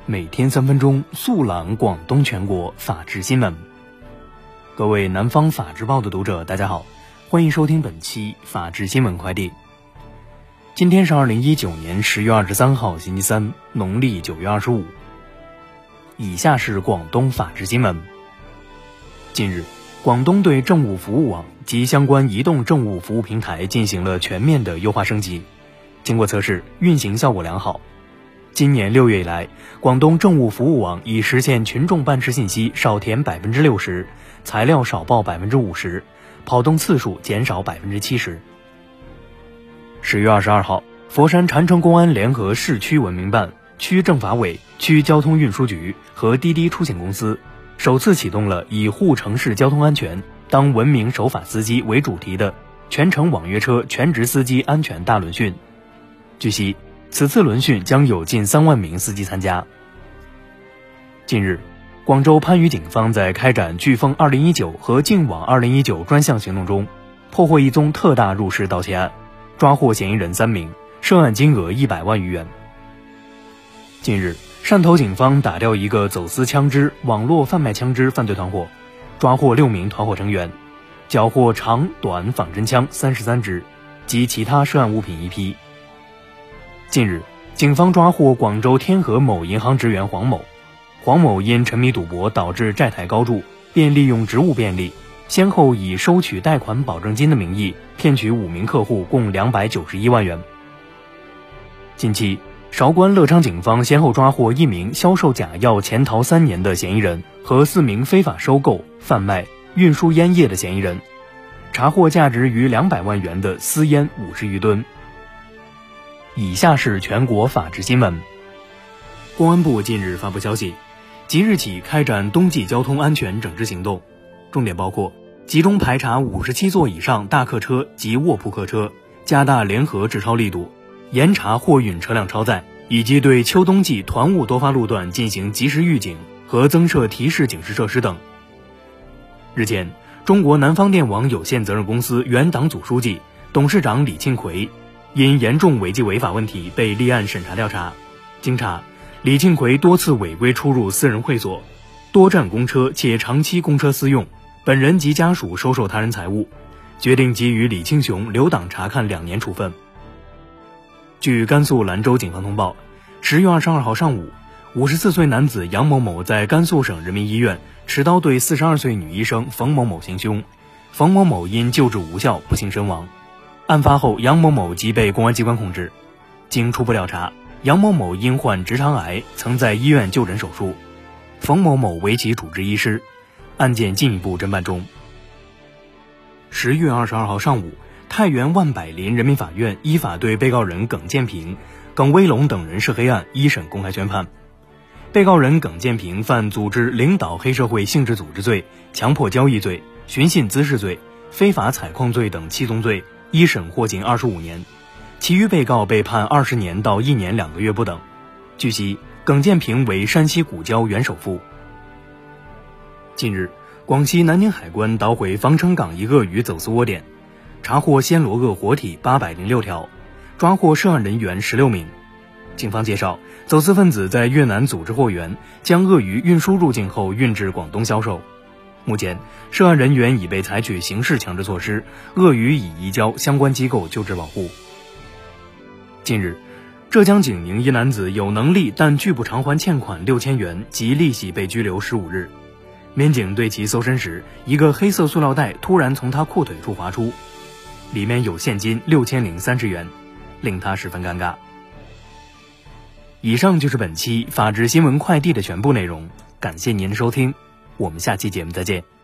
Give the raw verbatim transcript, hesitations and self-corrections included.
每天三分钟速览广东全国法治新闻。各位南方法制报的读者，大家好，欢迎收听本期法治新闻快递。今天是二零一九年十月二十三号星期三，农历九月二十五。以下是广东法治新闻。近日，广东对政务服务网及相关移动政务服务平台进行了全面的优化升级，经过测试，运行效果良好。今年六月以来，广东政务服务网已实现群众办事信息少填百分之六十，材料少报百分之五十，跑动次数减少百分之七十。十月二十二号，佛山禅城公安联合市区文明办、区政法委、区交通运输局和滴滴出行公司，首次启动了以护城市交通安全、当文明守法司机为主题的全程网约车全职司机安全大轮训。据悉，此次轮训将有近三万名司机参加。近日，广州番禺警方在开展飓风二零一九和净网二零一九专项行动中，破获一宗特大入室盗窃案，抓获嫌疑人三名，涉案金额一百万余元。近日，汕头警方打掉一个走私枪支、网络贩卖枪支犯罪团伙，抓获六名团伙成员，缴获长短仿真枪三十三支及其他涉案物品一批。近日，警方抓获广州天河某银行职员黄某。黄某因沉迷赌博导致债台高筑，便利用职务便利，先后以收取贷款保证金的名义骗取五名客户共两百九十一万元。近期，韶关乐昌警方先后抓获一名销售假药潜逃三年的嫌疑人和四名非法收购、贩卖、运输烟叶的嫌疑人，查获价值逾两百万元的私烟五十余吨。以下是全国法治新闻。公安部近日发布消息，即日起开展冬季交通安全整治行动，重点包括集中排查五十七座以上大客车及卧铺客车，加大联合治超力度，严查货运车辆超载，以及对秋冬季团务多发路段进行及时预警和增设提示警示设施等。日前，中国南方电网有限责任公司原党组书记、董事长李庆奎因严重违纪违法问题被立案审查调查。经查，李庆奎多次违规出入私人会所，多占公车且长期公车私用，本人及家属收受他人财物，决定给予李庆雄留党察看两年处分。据甘肃兰州警方通报，十月二十二号上午，五十四岁男子杨某某在甘肃省人民医院持刀对四十二岁女医生冯某某行凶，冯某某因救治无效不幸身亡。案发后，杨某某即被公安机关控制。经初步调查，杨某某因患直肠癌，曾在医院就诊手术，冯某某为其主治医师，案件进一步侦办中。十月二十二号上午，太原万柏林人民法院依法对被告人耿建平、耿威龙等人涉黑案一审公开宣判。被告人耿建平犯组织领导黑社会性质组织罪、强迫交易罪、寻衅滋事罪、非法采矿罪等七宗罪，一审获刑二十五年，其余被告被判二十年到一年两个月不等。据悉，耿建平为山西古交原首富。近日，广西南宁海关捣毁防城港一鳄鱼走私窝点，查获暹罗鳄活体八百零六条，抓获涉案人员十六名。警方介绍，走私分子在越南组织货源，将鳄鱼运输入境后运至广东销售。目前，涉案人员已被采取刑事强制措施，鳄鱼已移交相关机构救治保护。近日，浙江景宁一男子有能力但拒不偿还欠款六千元及利息被拘留十五日。民警对其搜身时，一个黑色塑料袋突然从他裤腿处滑出，里面有现金六千零三十元，令他十分尴尬。以上就是本期法治新闻快递的全部内容，感谢您的收听，我们下期节目再见。